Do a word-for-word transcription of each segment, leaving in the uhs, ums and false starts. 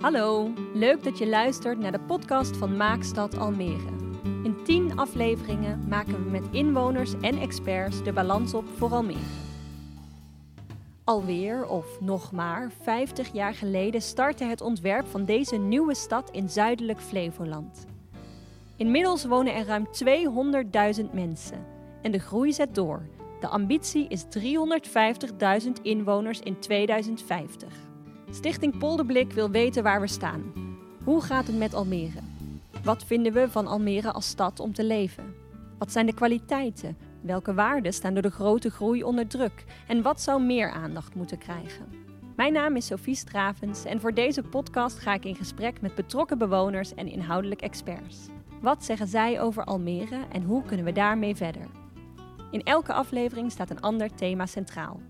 Hallo, leuk dat je luistert naar de podcast van Maakstad Almere. In tien afleveringen maken we met inwoners en experts de balans op voor Almere. Alweer, of nog maar, vijftig jaar geleden startte het ontwerp van deze nieuwe stad in zuidelijk Flevoland. Inmiddels wonen er ruim tweehonderdduizend mensen en de groei zet door. De ambitie is driehonderdvijftigduizend inwoners in tweeduizend vijftig. Stichting Polderblik wil weten waar we staan. Hoe gaat het met Almere? Wat vinden we van Almere als stad om te leven? Wat zijn de kwaliteiten? Welke waarden staan door de grote groei onder druk? En wat zou meer aandacht moeten krijgen? Mijn naam is Sophie Stravens en voor deze podcast ga ik in gesprek met betrokken bewoners en inhoudelijk experts. Wat zeggen zij over Almere en hoe kunnen we daarmee verder? In elke aflevering staat een ander thema centraal.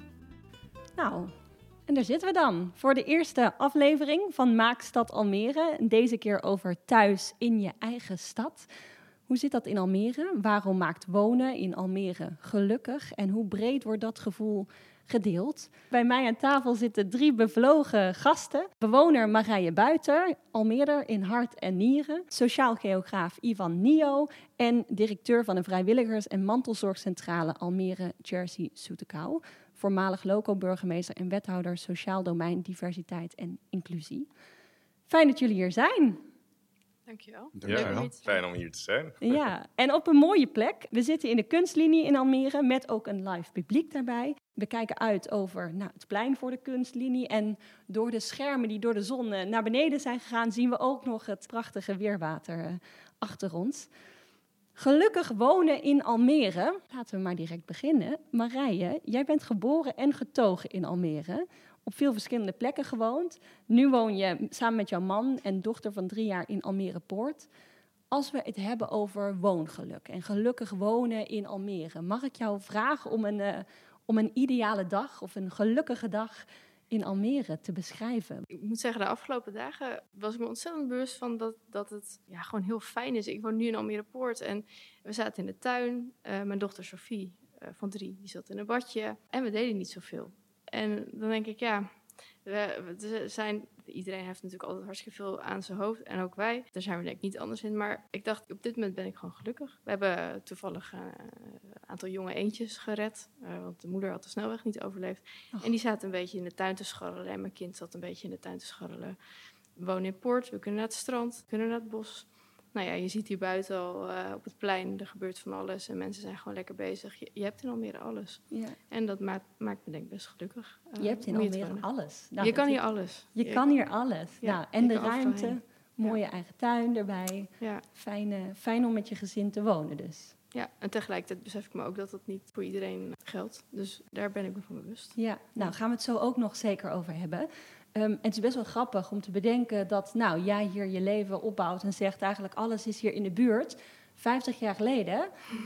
Nou, en daar zitten we dan voor de eerste aflevering van Maakstad Almere. Deze keer over thuis in je eigen stad. Hoe zit dat in Almere? Waarom maakt wonen in Almere gelukkig? En hoe breed wordt dat gevoel gedeeld? Bij mij aan tafel zitten drie bevlogen gasten. Bewoner Marije Buiter, Almeerder in hart en nieren. Sociaal geograaf Ivan Nio. En directeur van de vrijwilligers- en mantelzorgcentrale Almere Jerzy Soetekau. Voormalig loco-burgemeester en wethouder Sociaal Domein, Diversiteit en Inclusie. Fijn dat jullie hier zijn. Dankjewel. Ja, Leuk fijn om hier te zijn. Ja, en op een mooie plek. We zitten in de kunstlinie in Almere met ook een live publiek daarbij. We kijken uit over nou, het plein voor de kunstlinie. En door de schermen die door de zon naar beneden zijn gegaan, zien we ook nog het prachtige weerwater achter ons. Gelukkig wonen in Almere. Laten we maar direct beginnen. Marije, jij bent geboren en getogen in Almere. Op veel verschillende plekken gewoond. Nu woon je samen met jouw man en dochter van drie jaar in Almere Poort. Als we het hebben over woongeluk en gelukkig wonen in Almere, mag ik jou vragen om een, uh, om een ideale dag of een gelukkige dag in Almere te beschrijven? Ik moet zeggen, de afgelopen dagen was ik me ontzettend bewust van dat, dat het ja, gewoon heel fijn is. Ik woon nu in Almere Poort en we zaten in de tuin. Uh, mijn dochter Sophie uh, van drie, die zat in een badje en we deden niet zoveel. En dan denk ik, ja, we, we zijn, iedereen heeft natuurlijk altijd hartstikke veel aan zijn hoofd. En ook wij, daar zijn we denk ik niet anders in. Maar ik dacht, op dit moment ben ik gewoon gelukkig. We hebben toevallig uh, een aantal jonge eendjes gered. Uh, want de moeder had de snelweg niet overleefd. Oh. En die zaten een beetje in de tuin te scharrelen. En mijn kind zat een beetje in de tuin te scharrelen. We wonen in Poort, we kunnen naar het strand, we kunnen naar het bos. Nou ja, je ziet hier buiten al uh, op het plein, er gebeurt van alles. En mensen zijn gewoon lekker bezig. Je, je hebt in Almere alles. Ja. En dat maakt, maakt me denk ik best gelukkig. Uh, je hebt in Almere alles. Nou, je kan hier alles. Je, je kan hier alles. Ja, nou, en de ruimte, mooie ja. eigen tuin erbij. Ja. Fijn, uh, fijn om met je gezin te wonen dus. Ja, en tegelijkertijd besef ik me ook dat dat niet voor iedereen geldt. Dus daar ben ik me van bewust. Ja, nou gaan we het zo ook nog zeker over hebben. Um, en het is best wel grappig om te bedenken dat nou, jij hier je leven opbouwt en zegt eigenlijk alles is hier in de buurt. Vijftig jaar geleden,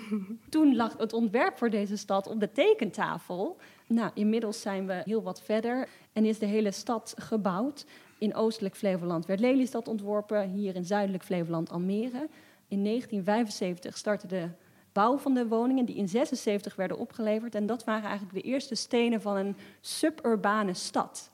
toen lag het ontwerp voor deze stad op de tekentafel. Nou, inmiddels zijn we heel wat verder en is de hele stad gebouwd. In oostelijk Flevoland werd Lelystad ontworpen, hier in zuidelijk Flevoland Almere. In negentien vijfenzeventig startte de bouw van de woningen die in zesenzeventig werden opgeleverd. En dat waren eigenlijk de eerste stenen van een suburbane stad.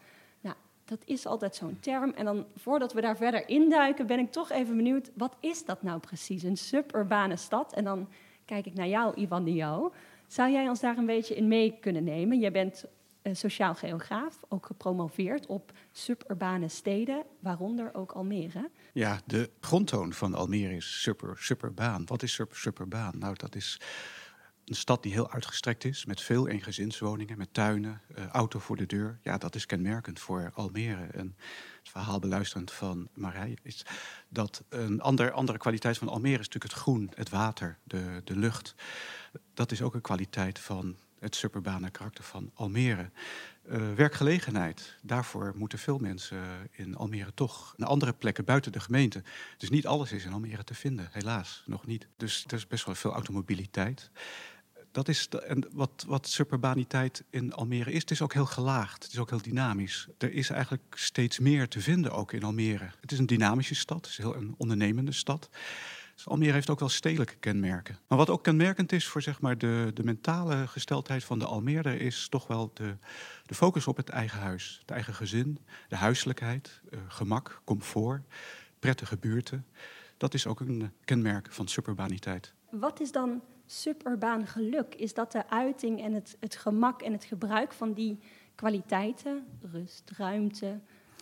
Dat is altijd zo'n term. En dan, voordat we daar verder induiken, ben ik toch even benieuwd, wat is dat nou precies, een suburbane stad? En dan kijk ik naar jou, Ivan Nio. Zou jij ons daar een beetje in mee kunnen nemen? Jij bent uh, sociaal geograaf, ook gepromoveerd op suburbane steden, waaronder ook Almere. Ja, de grondtoon van Almere is super, suburbaan. Wat is super, suburbaan? Nou, dat is een stad die heel uitgestrekt is, met veel eengezinswoningen, met tuinen, uh, auto voor de deur. Ja, dat is kenmerkend voor Almere. En het verhaal beluisterend van Marije is dat een ander, andere kwaliteit van Almere is natuurlijk het groen, het water, de, de lucht. Dat is ook een kwaliteit van het suburbane karakter van Almere. Uh, werkgelegenheid, daarvoor moeten veel mensen in Almere toch naar andere plekken buiten de gemeente. Dus niet alles is in Almere te vinden, helaas, nog niet. Dus er is best wel veel automobiliteit. Dat is de, en wat, wat suburbaniteit in Almere is. Het is ook heel gelaagd, het is ook heel dynamisch. Er is eigenlijk steeds meer te vinden ook in Almere. Het is een dynamische stad, het is heel een ondernemende stad. Dus Almere heeft ook wel stedelijke kenmerken. Maar wat ook kenmerkend is voor zeg maar, de, de mentale gesteldheid van de Almeerder is toch wel de, de focus op het eigen huis. Het eigen gezin, de huiselijkheid, uh, gemak, comfort, prettige buurten. Dat is ook een kenmerk van suburbaniteit. Wat is dan suburbaan geluk? Is dat de uiting en het, het gemak en het gebruik van die kwaliteiten? Rust, ruimte?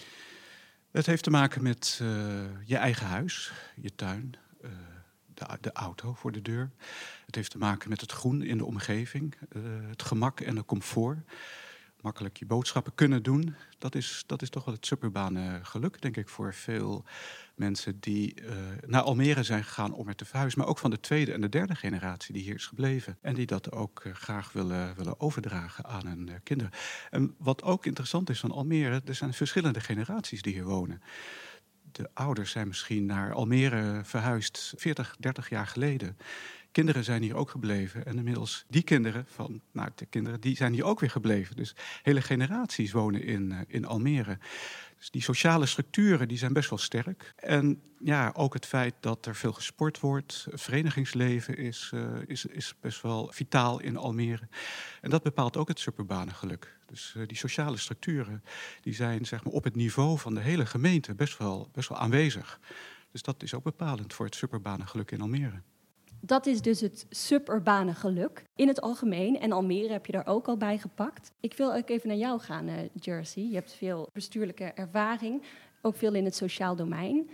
Het heeft te maken met uh, je eigen huis, je tuin, uh, de, de auto voor de deur. Het heeft te maken met het groen in de omgeving, uh, het gemak en het comfort. Makkelijk je boodschappen kunnen doen. Dat is, dat is toch wel het suburbane geluk, denk ik, voor veel mensen die uh, naar Almere zijn gegaan om er te verhuizen. Maar ook van de tweede en de derde generatie die hier is gebleven. En die dat ook uh, graag willen, willen overdragen aan hun uh, kinderen. En wat ook interessant is van Almere, er zijn verschillende generaties die hier wonen. De ouders zijn misschien naar Almere verhuisd veertig, dertig jaar geleden. Kinderen zijn hier ook gebleven. En inmiddels die kinderen van, nou, de kinderen, die zijn hier ook weer gebleven. Dus hele generaties wonen in, uh, in Almere. Dus die sociale structuren die zijn best wel sterk. En ja, ook het feit dat er veel gesport wordt. Verenigingsleven is, uh, is, is best wel vitaal in Almere. En dat bepaalt ook het suburbane geluk. Dus uh, die sociale structuren die zijn zeg maar, op het niveau van de hele gemeente best wel, best wel aanwezig. Dus dat is ook bepalend voor het suburbane geluk in Almere. Dat is dus het suburbane geluk in het algemeen. En Almere heb je daar ook al bij gepakt. Ik wil ook even naar jou gaan, uh, Jersey. Je hebt veel bestuurlijke ervaring, ook veel in het sociaal domein.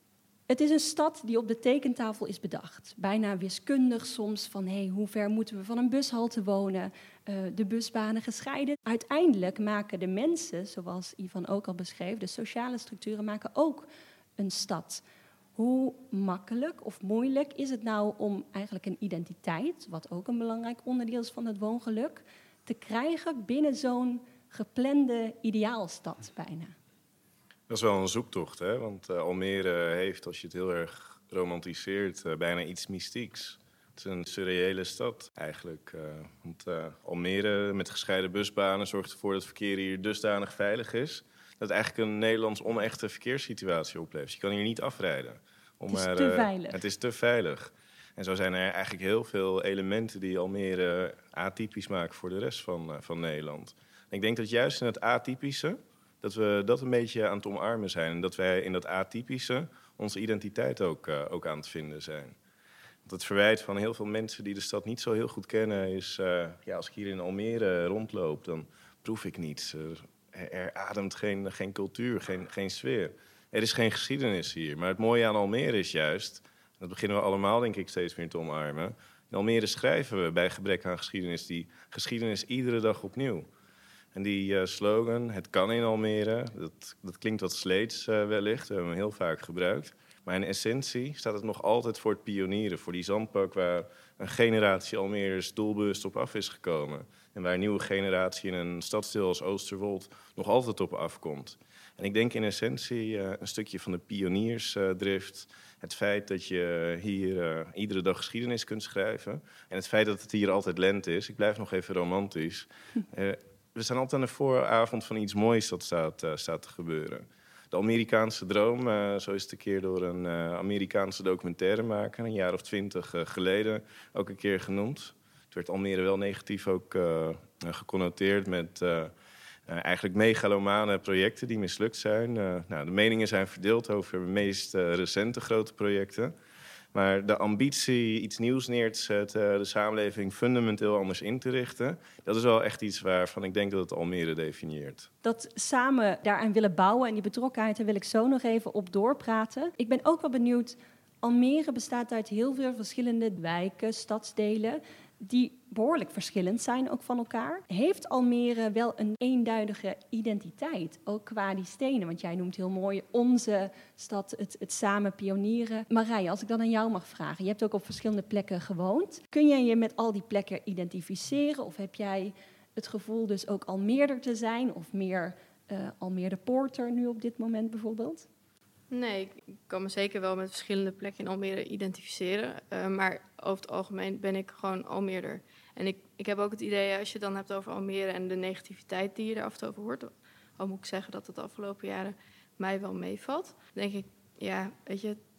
Het is een stad die op de tekentafel is bedacht. Bijna wiskundig soms van hey, hoe ver moeten we van een bushalte wonen, uh, de busbanen gescheiden. Uiteindelijk maken de mensen, zoals Ivan ook al beschreef, de sociale structuren maken ook een stad. Hoe makkelijk of moeilijk is het nou om eigenlijk een identiteit, wat ook een belangrijk onderdeel is van het woongeluk, te krijgen binnen zo'n geplande ideaalstad bijna? Dat is wel een zoektocht, hè? Want uh, Almere heeft, als je het heel erg romantiseert, uh, bijna iets mystieks. Het is een surreële stad eigenlijk. Uh, want uh, Almere met gescheiden busbanen zorgt ervoor dat het verkeer hier dusdanig veilig is dat het eigenlijk een Nederlands onechte verkeerssituatie oplevert. Je kan hier niet afrijden. Om het is maar, te uh, veilig. Het is te veilig. En zo zijn er eigenlijk heel veel elementen die Almere atypisch maken voor de rest van, uh, van Nederland. En ik denk dat juist in het atypische, dat we dat een beetje aan het omarmen zijn. En dat wij in dat atypische onze identiteit ook, uh, ook aan het vinden zijn. Want het verwijt van heel veel mensen die de stad niet zo heel goed kennen is, Uh, ja, als ik hier in Almere rondloop, dan proef ik niets. Er, er ademt geen, geen cultuur, geen, geen sfeer. Er is geen geschiedenis hier. Maar het mooie aan Almere is juist, dat beginnen we allemaal denk ik steeds meer te omarmen. In Almere schrijven we bij gebrek aan geschiedenis die geschiedenis iedere dag opnieuw. En die uh, slogan, het kan in Almere, dat, dat klinkt wat sleets uh, wellicht. We hebben hem heel vaak gebruikt. Maar in essentie staat het nog altijd voor het pionieren. Voor die zandpak waar een generatie Almere's doelbewust op af is gekomen. En waar een nieuwe generatie in een stadsdeel als Oosterwold nog altijd op afkomt. En ik denk in essentie uh, een stukje van de pioniersdrift. Uh, het feit dat je hier uh, iedere dag geschiedenis kunt schrijven. En het feit dat het hier altijd lente is. Ik blijf nog even romantisch. Uh, we staan altijd aan de vooravond van iets moois dat staat, uh, staat te gebeuren. De Amerikaanse droom, uh, zo is het een keer door een uh, Amerikaanse documentairemaker, een jaar of twintig uh, geleden, ook een keer genoemd. Het werd Almere wel negatief ook uh, geconnoteerd met uh, uh, eigenlijk megalomane projecten die mislukt zijn. Uh, nou, de meningen zijn verdeeld over de meest uh, recente grote projecten. Maar de ambitie iets nieuws neer te zetten, de samenleving fundamenteel anders in te richten, dat is wel echt iets waarvan ik denk dat het Almere definieert. Dat samen daaraan willen bouwen en die betrokkenheid, daar wil ik zo nog even op doorpraten. Ik ben ook wel benieuwd, Almere bestaat uit heel veel verschillende wijken, stadsdelen, die behoorlijk verschillend zijn ook van elkaar. Heeft Almere wel een eenduidige identiteit, ook qua die stenen? Want jij noemt heel mooi onze stad, het, het samen pionieren. Marije, als ik dan aan jou mag vragen, je hebt ook op verschillende plekken gewoond. Kun jij je met al die plekken identificeren? Of heb jij het gevoel dus ook Almeerder te zijn? Of meer uh, Almere Poorter nu op dit moment bijvoorbeeld? Nee, ik kan me zeker wel met verschillende plekken in Almere identificeren. Uh, maar over het algemeen ben ik gewoon Almeerder. En ik, ik heb ook het idee, als je het dan hebt over Almere en de negativiteit die je daar af en toe over hoort, al moet ik zeggen dat het de afgelopen jaren mij wel meevalt, denk ik, ja, weet je,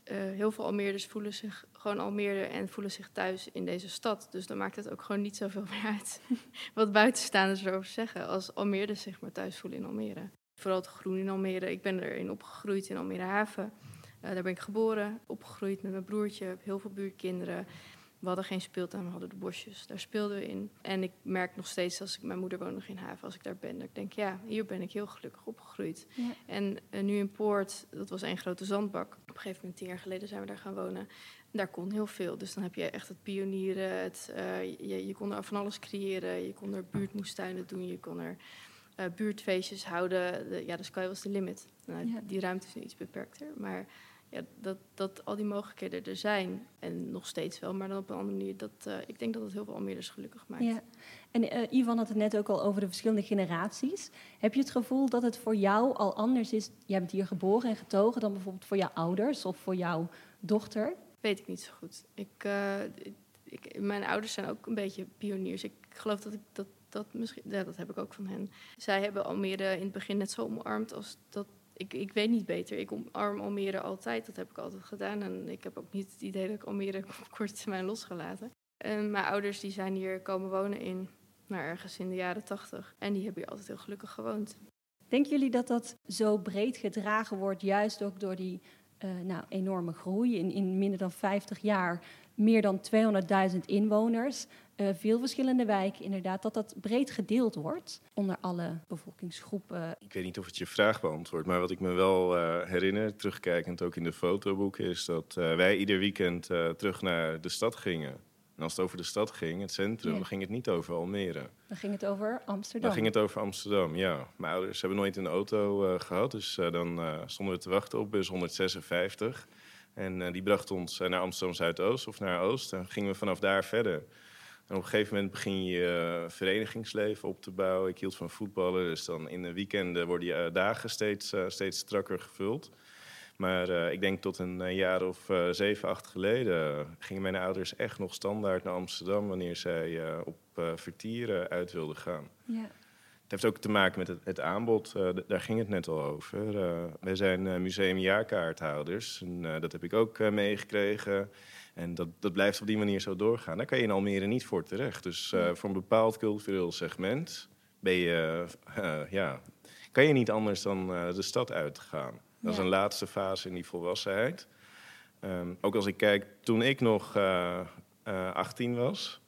uh, heel veel Almeerders voelen zich gewoon Almere en voelen zich thuis in deze stad. Dus dan maakt het ook gewoon niet zoveel meer uit wat buitenstaanders erover zeggen. Als Almeerders zich maar thuis voelen in Almere. Vooral het groen in Almere. Ik ben erin opgegroeid in Almere Haven. Uh, daar ben ik geboren, opgegroeid met mijn broertje. Ik heb heel veel buurtkinderen. We hadden geen speeltuin, we hadden de bosjes. Daar speelden we in. En ik merk nog steeds, als ik, mijn moeder woont nog in Haven, als ik daar ben, dat ik denk, ja, hier ben ik heel gelukkig opgegroeid. Ja. En uh, nu in Poort, dat was één grote zandbak. Op een gegeven moment, tien jaar geleden, zijn we daar gaan wonen. En daar kon heel veel. Dus dan heb je echt het pionieren. Het, uh, je, je kon er van alles creëren. Je kon er buurtmoestuinen doen. Je kon er uh, buurtfeestjes houden. De, ja, de sky was the limit. Nou, ja. Die ruimte is nu iets beperkter, maar ja, dat, dat al die mogelijkheden er zijn. En nog steeds wel, maar dan op een andere manier. Dat, uh, ik denk dat het heel veel Almeerders gelukkig maakt. Ja. En uh, Ivan had het net ook al over de verschillende generaties. Heb je het gevoel dat het voor jou al anders is? Jij bent hier geboren en getogen dan bijvoorbeeld voor jouw ouders of voor jouw dochter? Weet ik niet zo goed. Ik, uh, ik, mijn ouders zijn ook een beetje pioniers. Ik geloof dat ik dat, dat misschien... Ja, dat heb ik ook van hen. Zij hebben Almere in het begin net zo omarmd als dat... Ik, ik weet niet beter. Ik omarm Almere altijd. Dat heb ik altijd gedaan. En ik heb ook niet het idee dat ik Almere op korte termijn losgelaten. En mijn ouders die zijn hier komen wonen in, nou, ergens in de jaren tachtig. En die hebben hier altijd heel gelukkig gewoond. Denken jullie dat dat zo breed gedragen wordt, juist ook door die uh, nou, enorme groei? In, in minder dan vijftig jaar meer dan tweehonderdduizend inwoners. Uh, veel verschillende wijken, inderdaad, dat dat breed gedeeld wordt onder alle bevolkingsgroepen. Ik weet niet of het je vraag beantwoordt, maar wat ik me wel uh, herinner, terugkijkend ook in de fotoboeken, is dat uh, wij ieder weekend uh, terug naar de stad gingen. En als het over de stad ging, het centrum, ja. dan ging het niet over Almere. Dan ging het over Amsterdam. Dan ging het over Amsterdam, ja. Mijn ouders hebben nooit een auto uh, gehad, dus uh, dan uh, stonden we te wachten op bus honderdzesenvijftig. En uh, die bracht ons uh, naar Amsterdam-Zuidoost of naar Oost. En gingen we vanaf daar verder. En op een gegeven moment begin je uh, verenigingsleven op te bouwen. Ik hield van voetballen, dus dan in de weekenden worden je uh, dagen steeds, uh, steeds strakker gevuld. Maar uh, ik denk tot een uh, jaar of uh, zeven, acht geleden uh, gingen mijn ouders echt nog standaard naar Amsterdam wanneer zij uh, op uh, vertieren uit wilden gaan. Ja. Het heeft ook te maken met het, het aanbod, uh, d- daar ging het net al over. Uh, wij zijn uh, museumjaarkaarthouders en uh, dat heb ik ook uh, meegekregen. En dat, dat blijft op die manier zo doorgaan. Daar kan je in Almere niet voor terecht. Dus uh, voor een bepaald cultureel segment ben je, uh, ja, kan je niet anders dan uh, de stad uitgaan. Dat is een laatste fase in die volwassenheid. Um, ook als ik kijk, toen ik nog uh, uh, achttien was...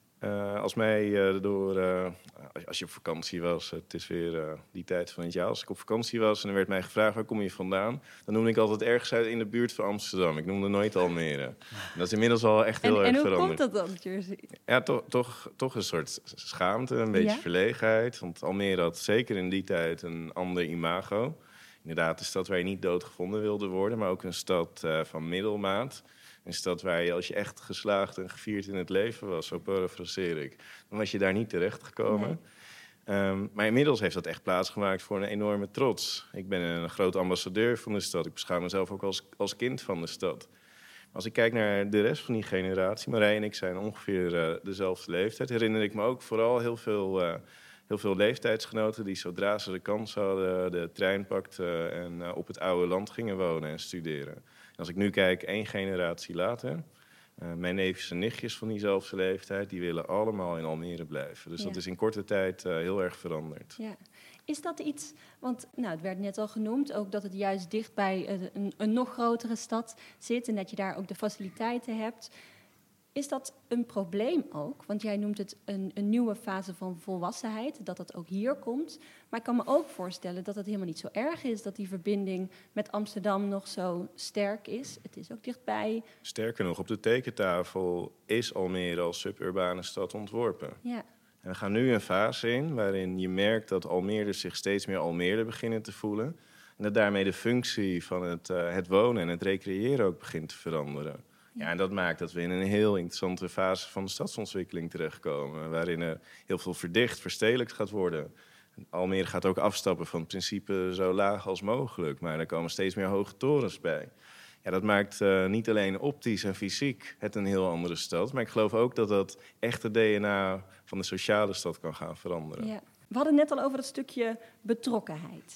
Uh, als mij uh, door, uh, als je op vakantie was, het is weer uh, die tijd van het jaar, als ik op vakantie was en er werd mij gevraagd waar kom je vandaan, dan noemde ik altijd ergens uit in de buurt van Amsterdam. Ik noemde nooit Almere. En dat is inmiddels al echt heel en, erg en veranderd. En hoe komt dat dan, Jersey? Ja, toch, toch, toch een soort schaamte, een beetje ja? verlegenheid. Want Almere had zeker in die tijd een ander imago. Inderdaad, een stad waar je niet doodgevonden wilde worden, maar ook een stad uh, van middelmaat. Een stad waar je, als je echt geslaagd en gevierd in het leven was, zo parafraseer ik, dan was je daar niet terechtgekomen. Nee. Um, maar inmiddels heeft dat echt plaatsgemaakt voor een enorme trots. Ik ben een groot ambassadeur van de stad. Ik beschouw mezelf ook als, als kind van de stad. Als ik kijk naar de rest van die generatie, Marij en ik zijn ongeveer uh, dezelfde leeftijd, herinner ik me ook vooral heel veel, uh, heel veel leeftijdsgenoten die zodra ze de kans hadden de trein pakten en uh, op het oude land gingen wonen en studeren. Als ik nu kijk, één generatie later, uh, mijn neefjes en nichtjes van diezelfde leeftijd, die willen allemaal in Almere blijven. Dus ja. dat is in korte tijd uh, heel erg veranderd. Ja. Is dat iets, want nou, het werd net al genoemd, ook dat het juist dicht bij een, een nog grotere stad zit en dat je daar ook de faciliteiten hebt. Is dat een probleem ook? Want jij noemt het een, een nieuwe fase van volwassenheid, dat dat ook hier komt. Maar ik kan me ook voorstellen dat het helemaal niet zo erg is, dat die verbinding met Amsterdam nog zo sterk is. Het is ook dichtbij. Sterker nog, op de tekentafel is Almere als suburbane stad ontworpen. Ja. En we gaan nu een fase in waarin je merkt dat Almeerders zich steeds meer Almere beginnen te voelen. En dat daarmee de functie van het, uh, het wonen en het recreëren ook begint te veranderen. Ja, en dat maakt dat we in een heel interessante fase van de stadsontwikkeling terechtkomen. Waarin er heel veel verdicht, verstedelijkt gaat worden. Almere gaat ook afstappen van het principe zo laag als mogelijk. Maar er komen steeds meer hoge torens bij. Ja, dat maakt uh, niet alleen optisch en fysiek het een heel andere stad. Maar ik geloof ook dat dat echt het D N A van de sociale stad kan gaan veranderen. Ja. We hadden net al over dat stukje betrokkenheid.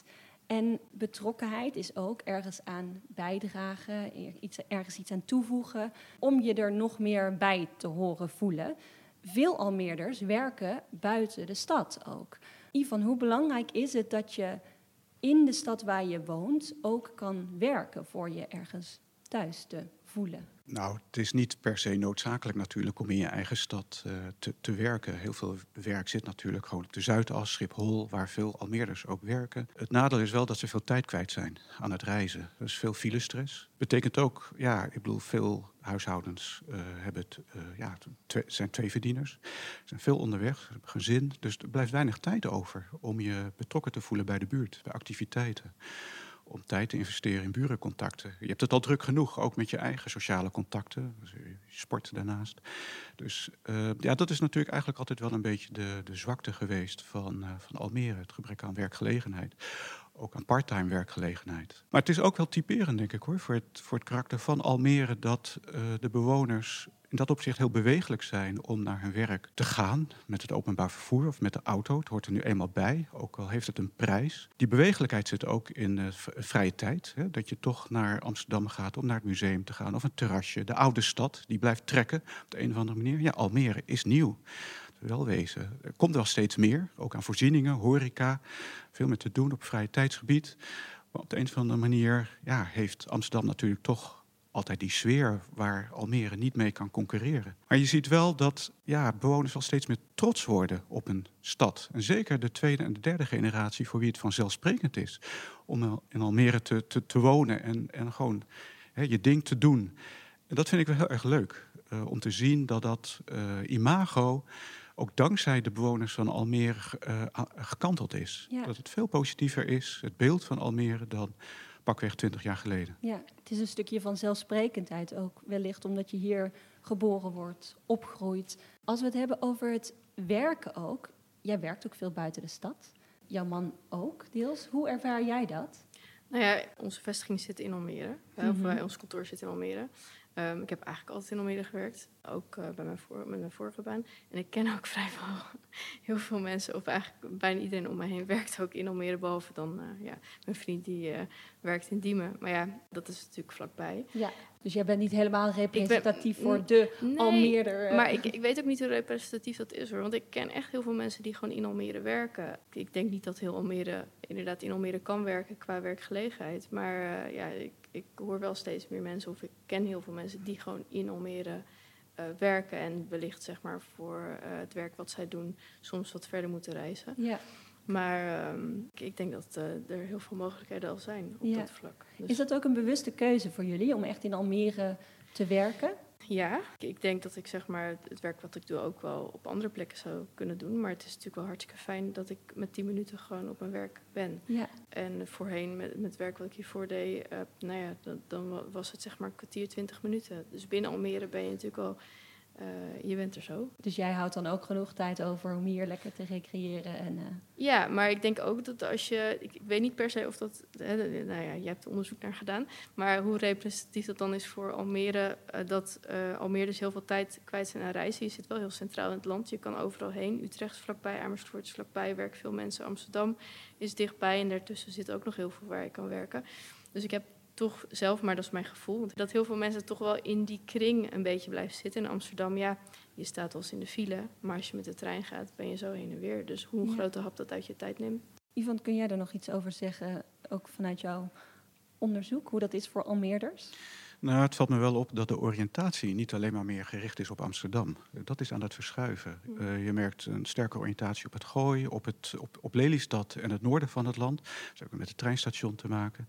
En betrokkenheid is ook ergens aan bijdragen, iets, ergens iets aan toevoegen, om je er nog meer bij te horen voelen. Veel Almeerders werken buiten de stad ook. Ivan, hoe belangrijk is het dat je in de stad waar je woont ook kan werken voor je ergens thuis te voelen? Nou, het is niet per se noodzakelijk natuurlijk om in je eigen stad uh, te, te werken. Heel veel werk zit natuurlijk gewoon op de Zuidas, Schiphol, waar veel Almeerders ook werken. Het nadeel is wel dat ze veel tijd kwijt zijn aan het reizen. Dus veel filestress. Betekent ook, ja, ik bedoel, veel huishoudens uh, hebben het, uh, ja, twee, zijn twee verdieners. Ze zijn veel onderweg, hebben gezin. Dus er blijft weinig tijd over om je betrokken te voelen bij de buurt, bij activiteiten. Om tijd te investeren in burencontacten. Je hebt het al druk genoeg, ook met je eigen sociale contacten. Dus je sport daarnaast. Dus uh, ja, dat is natuurlijk eigenlijk altijd wel een beetje de, de zwakte geweest van, uh, van Almere. Het gebrek aan werkgelegenheid. Ook aan parttime werkgelegenheid. Maar het is ook wel typerend, denk ik, hoor, voor het, voor het karakter van Almere, dat uh, de bewoners in dat opzicht heel bewegelijk zijn om naar hun werk te gaan. Met het openbaar vervoer of met de auto. Het hoort er nu eenmaal bij, ook al heeft het een prijs. Die bewegelijkheid zit ook in uh, vrije tijd. Hè, dat je toch naar Amsterdam gaat om naar het museum te gaan. Of een terrasje. De oude stad, die blijft trekken op de een of andere manier. Ja, Almere is nieuw. Wel wezen. Er komt wel steeds meer, ook aan voorzieningen, horeca. Veel meer te doen op vrije tijdsgebied. Maar op de een of andere manier ja, heeft Amsterdam natuurlijk toch altijd die sfeer waar Almere niet mee kan concurreren. Maar je ziet wel dat ja, bewoners wel steeds meer trots worden op een stad. En zeker de tweede en de derde generatie voor wie het vanzelfsprekend is om in Almere te, te, te wonen en, en gewoon hè, je ding te doen. En dat vind ik wel heel erg leuk. Uh, om te zien dat dat uh, imago ook dankzij de bewoners van Almere uh, gekanteld is. Ja. Dat het veel positiever is, het beeld van Almere, dan pakweg twintig jaar geleden. Ja, het is een stukje van zelfsprekendheid ook. Wellicht omdat je hier geboren wordt, opgroeit. Als we het hebben over het werken ook. Jij werkt ook veel buiten de stad. Jouw man ook, deels. Hoe ervaar jij dat? Nou ja, onze vestiging zit in Almere. Mm-hmm. Of uh, ons kantoor zit in Almere. Um, ik heb eigenlijk altijd in Almere gewerkt, ook uh, bij mijn voor, met mijn vorige baan. En ik ken ook vrijwel heel veel mensen, of eigenlijk bijna iedereen om me heen werkt ook in Almere. Behalve dan uh, ja, mijn vriend die uh, werkt in Diemen. Maar ja, dat is natuurlijk vlakbij. Ja, dus jij bent niet helemaal representatief ben, voor de nee, Almeerder. Uh. Maar ik, ik weet ook niet hoe representatief dat is hoor. Want ik ken echt heel veel mensen die gewoon in Almere werken. Ik denk niet dat heel Almere inderdaad in Almere kan werken qua werkgelegenheid. Maar uh, ja, ik, ik hoor wel steeds meer mensen, of ik ken heel veel mensen die gewoon in Almere uh, werken en wellicht zeg maar voor uh, het werk wat zij doen soms wat verder moeten reizen. Ja. Maar um, ik, ik denk dat uh, er heel veel mogelijkheden al zijn op ja. dat vlak. Dus is dat ook een bewuste keuze voor jullie om echt in Almere te werken? Ja, ik denk dat ik zeg maar het werk wat ik doe ook wel op andere plekken zou kunnen doen. Maar het is natuurlijk wel hartstikke fijn dat ik met tien minuten gewoon op mijn werk ben. Ja. En voorheen met, met het werk wat ik hiervoor deed, uh, nou ja, dan, dan was het zeg maar een kwartier, twintig minuten. Dus binnen Almere ben je natuurlijk al, uh, je bent er zo. Dus jij houdt dan ook genoeg tijd over om hier lekker te recreëren? En, uh... Ja, maar ik denk ook dat als je, ik, ik weet niet per se of dat, hè, nou ja, je hebt er onderzoek naar gedaan, maar hoe representatief dat dan is voor Almere, uh, dat uh, Almere dus heel veel tijd kwijt zijn aan reizen. Je zit wel heel centraal in het land, je kan overal heen. Utrecht is vlakbij, Amersfoort is vlakbij, werken veel mensen. Amsterdam is dichtbij en daartussen zit ook nog heel veel waar je kan werken. Dus ik heb toch zelf, maar dat is mijn gevoel, want dat heel veel mensen toch wel in die kring een beetje blijven zitten. In Amsterdam, ja, je staat wel eens in de file, maar als je met de trein gaat, ben je zo heen en weer. Dus hoe een ja. grote hap dat uit je tijd neemt. Ivan, kun jij daar nog iets over zeggen, ook vanuit jouw onderzoek, hoe dat is voor Almeerders? Nou, het valt me wel op dat de oriëntatie niet alleen maar meer gericht is op Amsterdam. Dat is aan het verschuiven. Uh, je merkt een sterke oriëntatie op het Gooi, op, het, op, op Lelystad en het noorden van het land. Dat heeft ook met het treinstation te maken.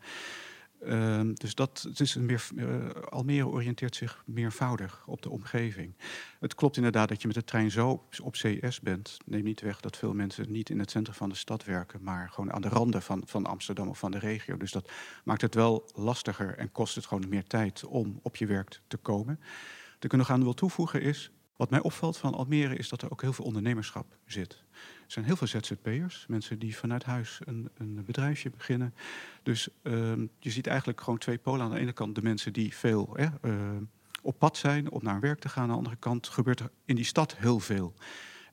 Uh, dus dat, het is een meer, uh, Almere oriënteert zich meervoudig op de omgeving. Het klopt inderdaad dat je met de trein zo op C S bent. Neem niet weg dat veel mensen niet in het centrum van de stad werken, maar gewoon aan de randen van, van Amsterdam of van de regio. Dus dat maakt het wel lastiger en kost het gewoon meer tijd om op je werk te komen. Wat ik er nog aan wil toevoegen is, wat mij opvalt van Almere is dat er ook heel veel ondernemerschap zit. Er zijn heel veel Z Z P'ers, mensen die vanuit huis een, een bedrijfje beginnen. Dus uh, je ziet eigenlijk gewoon twee polen. Aan de ene kant de mensen die veel eh, uh, op pad zijn om naar werk te gaan. Aan de andere kant gebeurt er in die stad heel veel.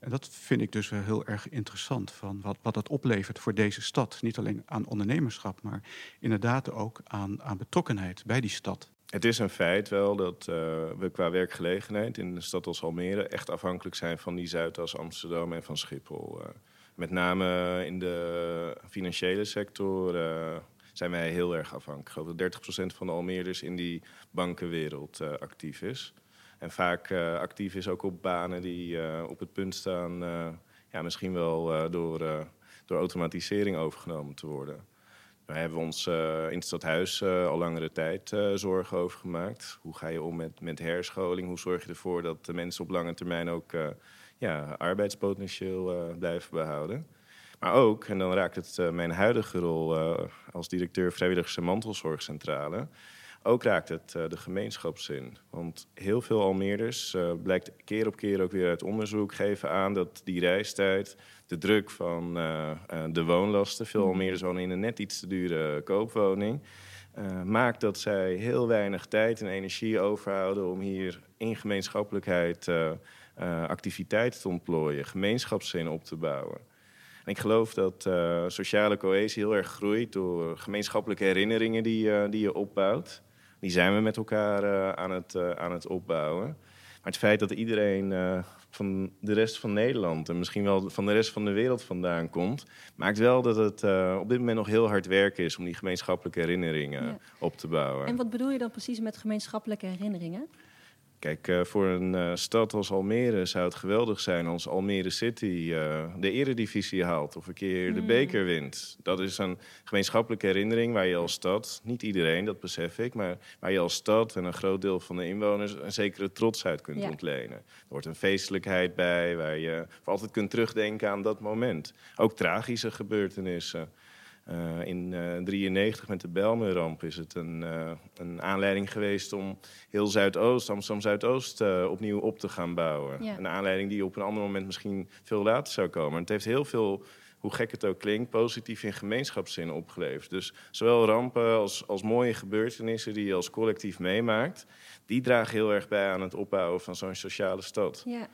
En dat vind ik dus wel heel erg interessant, van wat, wat dat oplevert voor deze stad. Niet alleen aan ondernemerschap, maar inderdaad ook aan, aan betrokkenheid bij die stad. Het is een feit wel dat uh, we qua werkgelegenheid in een stad als Almere echt afhankelijk zijn van die Zuidas, Amsterdam en van Schiphol. Uh, met name in de financiële sector uh, zijn wij heel erg afhankelijk. Ik geloof dat dertig procent van de Almeerders in die bankenwereld uh, actief is. En vaak uh, actief is ook op banen die uh, op het punt staan uh, ja, misschien wel uh, door, uh, door automatisering overgenomen te worden. Daar hebben we ons uh, in het stadhuis uh, al langere tijd uh, zorgen over gemaakt. Hoe ga je om met, met herscholing? Hoe zorg je ervoor dat de mensen op lange termijn ook uh, ja, arbeidspotentieel uh, blijven behouden? Maar ook, en dan raakt het uh, mijn huidige rol uh, als directeur vrijwilligers- en mantelzorgcentrale, ook raakt het uh, de gemeenschapszin. Want heel veel Almeerders, uh, blijkt keer op keer ook weer uit onderzoek, geven aan dat die reistijd, de druk van uh, uh, de woonlasten, veel Almeerders wonen in een net iets te dure koopwoning, uh, maakt dat zij heel weinig tijd en energie overhouden om hier in gemeenschappelijkheid uh, uh, activiteiten te ontplooien, gemeenschapszin op te bouwen. En ik geloof dat uh, sociale cohesie heel erg groeit door gemeenschappelijke herinneringen die, uh, die je opbouwt. Die zijn we met elkaar uh, aan, het, uh, aan het opbouwen. Maar het feit dat iedereen uh, van de rest van Nederland en misschien wel van de rest van de wereld vandaan komt, maakt wel dat het uh, op dit moment nog heel hard werken is om die gemeenschappelijke herinneringen ja. op te bouwen. En wat bedoel je dan precies met gemeenschappelijke herinneringen? Kijk, uh, voor een uh, stad als Almere zou het geweldig zijn als Almere City uh, de eredivisie haalt of een keer de Mm. beker wint. Dat is een gemeenschappelijke herinnering waar je als stad, niet iedereen, dat besef ik, maar waar je als stad en een groot deel van de inwoners een zekere trotsheid kunt ja. ontlenen. Er wordt een feestelijkheid bij waar je voor altijd kunt terugdenken aan dat moment. Ook tragische gebeurtenissen. Uh, in negentien drieënnegentig met de Bijlmerramp is het een, uh, een aanleiding geweest om heel Zuidoost, Amsterdam-Zuidoost, uh, opnieuw op te gaan bouwen. Ja. Een aanleiding die op een ander moment misschien veel later zou komen. En het heeft heel veel, hoe gek het ook klinkt, positief in gemeenschapszin opgeleverd. Dus zowel rampen als, als mooie gebeurtenissen die je als collectief meemaakt, die dragen heel erg bij aan het opbouwen van zo'n sociale stad. Ja.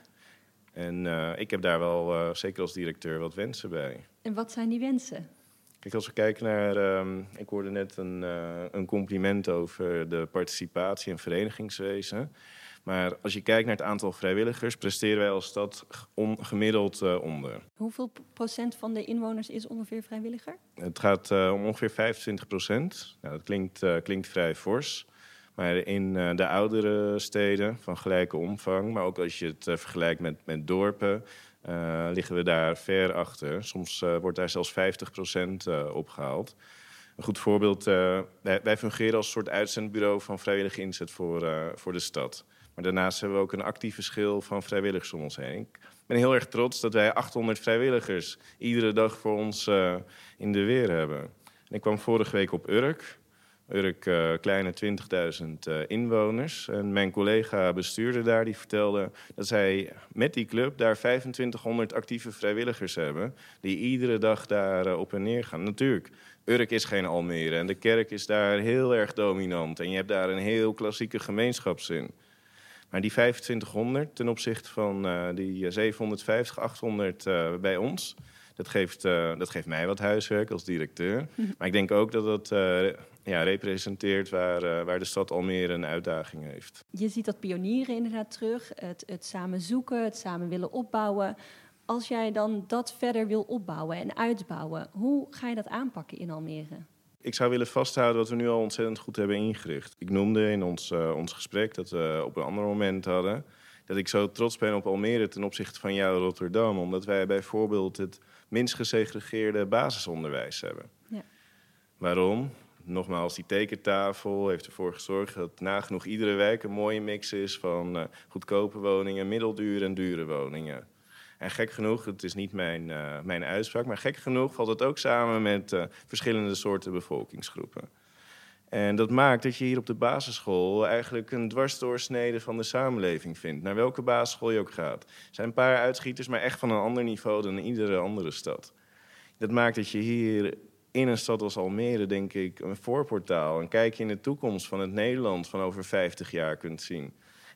En uh, ik heb daar wel, uh, zeker als directeur, wat wensen bij. En wat zijn die wensen? Kijk, als we kijken naar... Um, ik hoorde net een, uh, een compliment over de participatie en verenigingswezen. Maar als je kijkt naar het aantal vrijwilligers, presteren wij als stad on, gemiddeld uh, onder. Hoeveel procent van de inwoners is ongeveer vrijwilliger? Het gaat uh, om ongeveer vijfentwintig procent. Nou, dat klinkt, uh, klinkt vrij fors. Maar in uh, de oudere steden van gelijke omvang, maar ook als je het uh, vergelijkt met, met dorpen, Uh, liggen we daar ver achter. Soms uh, wordt daar zelfs vijftig procent uh, opgehaald. Een goed voorbeeld, uh, wij, wij fungeren als een soort uitzendbureau van vrijwillige inzet voor, uh, voor de stad. Maar daarnaast hebben we ook een actieve schil van vrijwilligers om ons heen. Ik ben heel erg trots dat wij achthonderd vrijwilligers iedere dag voor ons uh, in de weer hebben. En ik kwam vorige week op Urk. Urk, uh, kleine twintigduizend uh, inwoners. En mijn collega bestuurder daar, die vertelde dat zij met die club daar vijfentwintighonderd actieve vrijwilligers hebben, die iedere dag daar uh, op en neer gaan. Natuurlijk, Urk is geen Almere en de kerk is daar heel erg dominant. En je hebt daar een heel klassieke gemeenschapszin. Maar die vijfentwintighonderd ten opzichte van uh, die zevenhonderdvijftig, achthonderd uh, bij ons, dat geeft, uh, dat geeft mij wat huiswerk als directeur. Maar ik denk ook dat dat uh, ja, representeert waar, uh, waar de stad Almere een uitdaging heeft. Je ziet dat pionieren inderdaad terug, het, het samen zoeken, het samen willen opbouwen. Als jij dan dat verder wil opbouwen en uitbouwen, hoe ga je dat aanpakken in Almere? Ik zou willen vasthouden wat we nu al ontzettend goed hebben ingericht. Ik noemde in ons, uh, ons gesprek dat we op een ander moment hadden dat ik zo trots ben op Almere ten opzichte van jou Rotterdam, omdat wij bijvoorbeeld het minst gesegregeerde basisonderwijs hebben. Ja. Waarom? Nogmaals, die tekentafel heeft ervoor gezorgd dat nagenoeg iedere wijk een mooie mix is van uh, goedkope woningen, middeldure en dure woningen. En gek genoeg, het is niet mijn, uh, mijn uitspraak, maar gek genoeg valt het ook samen met uh, verschillende soorten bevolkingsgroepen. En dat maakt dat je hier op de basisschool eigenlijk een dwarsdoorsnede van de samenleving vindt. Naar welke basisschool je ook gaat. Er zijn een paar uitschieters, maar echt van een ander niveau dan in iedere andere stad. Dat maakt dat je hier in een stad als Almere, denk ik, een voorportaal, een kijkje in de toekomst van het Nederland van over vijftig jaar kunt zien.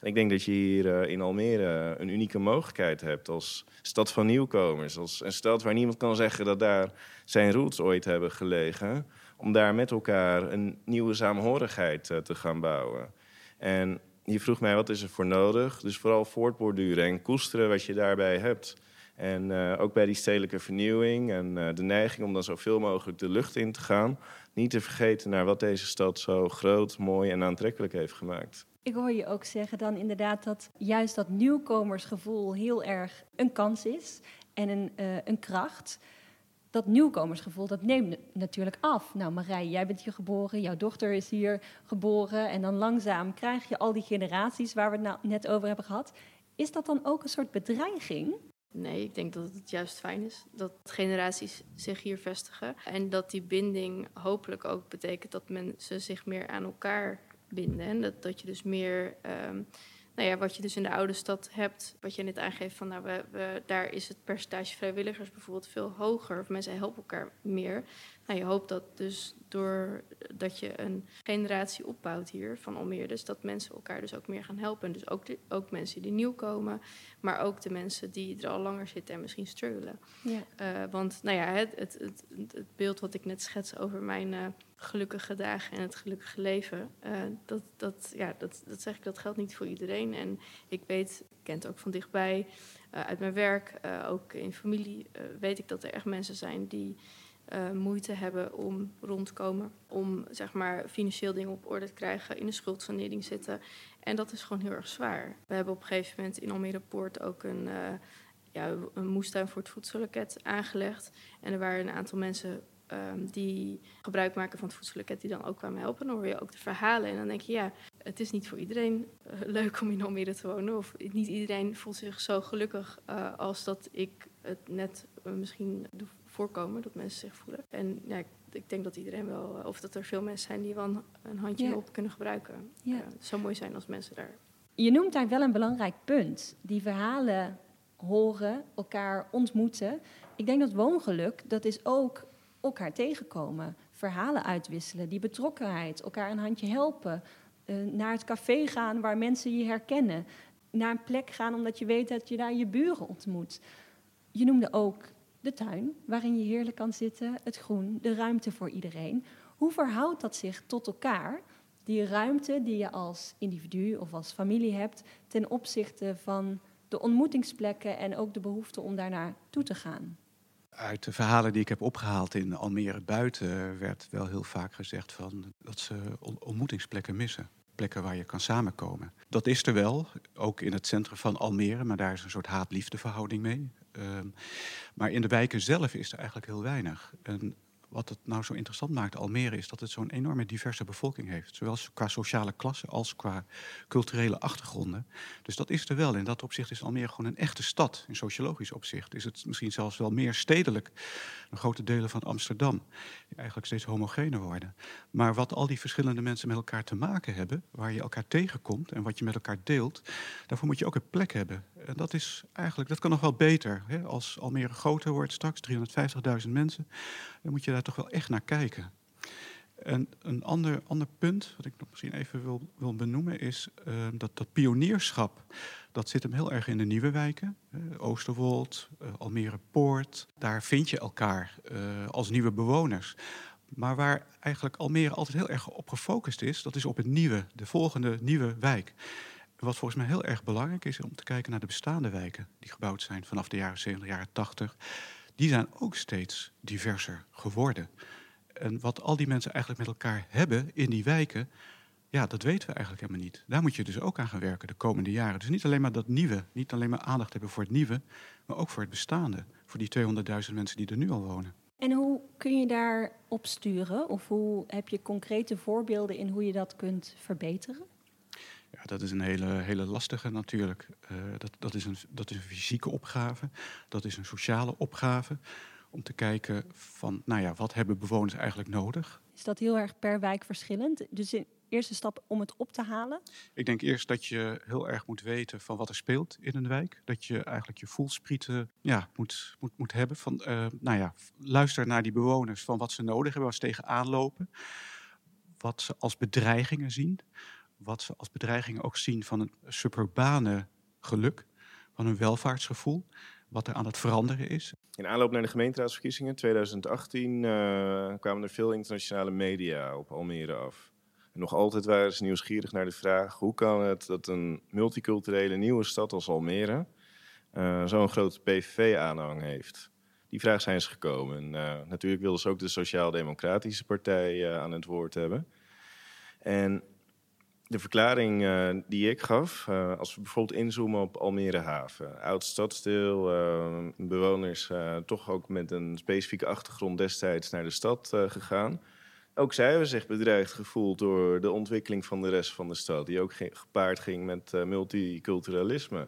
En ik denk dat je hier uh, in Almere een unieke mogelijkheid hebt als stad van nieuwkomers. Als een stad waar niemand kan zeggen dat daar zijn roots ooit hebben gelegen. Om daar met elkaar een nieuwe saamhorigheid uh, te gaan bouwen. En je vroeg mij, wat is er voor nodig? Dus vooral voortborduren en koesteren wat je daarbij hebt. En uh, ook bij die stedelijke vernieuwing en uh, de neiging om dan zoveel mogelijk de lucht in te gaan. Niet te vergeten naar wat deze stad zo groot, mooi en aantrekkelijk heeft gemaakt. Ik hoor je ook zeggen dan inderdaad dat juist dat nieuwkomersgevoel heel erg een kans is en een, uh, een kracht. Dat nieuwkomersgevoel, dat neemt natuurlijk af. Nou Marij, jij bent hier geboren, jouw dochter is hier geboren. En dan langzaam krijg je al die generaties waar we het nou net over hebben gehad. Is dat dan ook een soort bedreiging? Nee, ik denk dat het juist fijn is dat generaties zich hier vestigen. En dat die binding hopelijk ook betekent dat mensen zich meer aan elkaar binden. En dat, dat je dus meer, um, nou ja, wat je dus in de oude stad hebt, wat je net aangeeft van, nou, we, we, daar is het percentage vrijwilligers bijvoorbeeld veel hoger. Of mensen helpen elkaar meer. Nou, je hoopt dat dus doordat je een generatie opbouwt hier van Almere, dus dat mensen elkaar dus ook meer gaan helpen. Dus ook, de, ook mensen die nieuw komen, maar ook de mensen die er al langer zitten en misschien struggelen. Ja. Uh, want nou ja, het, het, het, het beeld wat ik net schets over mijn uh, gelukkige dagen en het gelukkige leven, uh, dat, dat, ja, dat, dat zeg ik, dat geldt niet voor iedereen. En ik weet, ik ken het ook van dichtbij, uh, uit mijn werk, uh, ook in familie, uh, weet ik dat er echt mensen zijn die Uh, moeite hebben om rond te komen, om zeg maar financieel dingen op orde te krijgen, in een schuldsanering zitten. En dat is gewoon heel erg zwaar. We hebben op een gegeven moment in Almere Poort ook een, uh, ja, een moestuin voor het voedselloket aangelegd. En er waren een aantal mensen um, die gebruik maken van het voedselloket die dan ook kwamen helpen. Dan hoor je ook de verhalen en dan denk je, ja, het is niet voor iedereen uh, leuk om in Almere te wonen. Of niet iedereen voelt zich zo gelukkig uh, als dat ik het net uh, misschien doe voorkomen, dat mensen zich voelen. En ja, ik, ik denk dat iedereen wel, of dat er veel mensen zijn die wel een, een handje ja. op kunnen gebruiken. Ja. Uh, het zou mooi zijn als mensen daar... Je noemt daar wel een belangrijk punt. Die verhalen horen, elkaar ontmoeten. Ik denk dat woongeluk, dat is ook elkaar tegenkomen. Verhalen uitwisselen, die betrokkenheid, elkaar een handje helpen. Uh, naar het café gaan waar mensen je herkennen. Naar een plek gaan omdat je weet dat je daar je buren ontmoet. Je noemde ook de tuin, waarin je heerlijk kan zitten, het groen, de ruimte voor iedereen. Hoe verhoudt dat zich tot elkaar, die ruimte die je als individu of als familie hebt, ten opzichte van de ontmoetingsplekken en ook de behoefte om daar naartoe te gaan? Uit de verhalen die ik heb opgehaald in Almere buiten werd wel heel vaak gezegd van dat ze ontmoetingsplekken missen. Plekken waar je kan samenkomen. Dat is er wel, ook in het centrum van Almere, maar daar is een soort haat-liefde verhouding mee. Uh, maar in de wijken zelf is er eigenlijk heel weinig. En wat het nou zo interessant maakt, Almere, is dat het zo'n enorme diverse bevolking heeft. Zowel qua sociale klasse als qua culturele achtergronden. Dus dat is er wel. In dat opzicht is Almere gewoon een echte stad. In sociologisch opzicht is het misschien zelfs wel meer stedelijk dan grote delen van Amsterdam. Die eigenlijk steeds homogener worden. Maar wat al die verschillende mensen met elkaar te maken hebben, waar je elkaar tegenkomt en wat je met elkaar deelt, daarvoor moet je ook een plek hebben. En dat is eigenlijk, dat kan nog wel beter. Hè? Als Almere groter wordt straks, driehonderdvijftigduizend mensen, dan moet je daar toch wel echt naar kijken. En een ander, ander punt, wat ik nog misschien even wil, wil benoemen, is uh, dat, dat pionierschap, dat zit hem heel erg in de nieuwe wijken. Uh, Oosterwold, uh, Almere Poort, daar vind je elkaar uh, als nieuwe bewoners. Maar waar eigenlijk Almere altijd heel erg op gefocust is, dat is op het nieuwe, de volgende nieuwe wijk. Wat volgens mij heel erg belangrijk is om te kijken naar de bestaande wijken die gebouwd zijn vanaf de jaren zeventig, jaren tachtig. Die zijn ook steeds diverser geworden. En wat al die mensen eigenlijk met elkaar hebben in die wijken, ja, dat weten we eigenlijk helemaal niet. Daar moet je dus ook aan gaan werken de komende jaren. Dus niet alleen maar dat nieuwe, niet alleen maar aandacht hebben voor het nieuwe, maar ook voor het bestaande. Voor die tweehonderdduizend mensen die er nu al wonen. En hoe kun je daar op sturen? Of hoe heb je concrete voorbeelden in hoe je dat kunt verbeteren? Ja, dat is een hele, hele lastige natuurlijk. Uh, dat, dat, is een, dat is een fysieke opgave, dat is een sociale opgave. Om te kijken van, nou ja, wat hebben bewoners eigenlijk nodig? Is dat heel erg per wijk verschillend? Dus in eerste stap om het op te halen? Ik denk eerst dat je heel erg moet weten van wat er speelt in een wijk. Dat je eigenlijk je voelsprieten ja, moet, moet, moet hebben. Van, uh, nou ja, luister naar die bewoners van wat ze nodig hebben, waar ze tegenaan lopen. Wat ze als bedreigingen zien. wat ze als bedreiging ook zien van het suburbane geluk, van hun welvaartsgevoel, wat er aan het veranderen is. In aanloop naar de gemeenteraadsverkiezingen twintig achttien uh, kwamen er veel internationale media op Almere af. En nog altijd waren ze nieuwsgierig naar de vraag: hoe kan het dat een multiculturele nieuwe stad als Almere uh, zo'n grote P V V-aanhang heeft? Die vraag zijn ze gekomen. En, uh, natuurlijk wilden ze ook de Sociaal-Democratische Partij uh, aan het woord hebben. En de verklaring uh, die ik gaf, uh, als we bijvoorbeeld inzoomen op Almere Haven, oud stadsdeel, uh, bewoners uh, toch ook met een specifieke achtergrond destijds naar de stad uh, gegaan. Ook zij hebben zich bedreigd gevoeld door de ontwikkeling van de rest van de stad, die ook ge- gepaard ging met uh, multiculturalisme.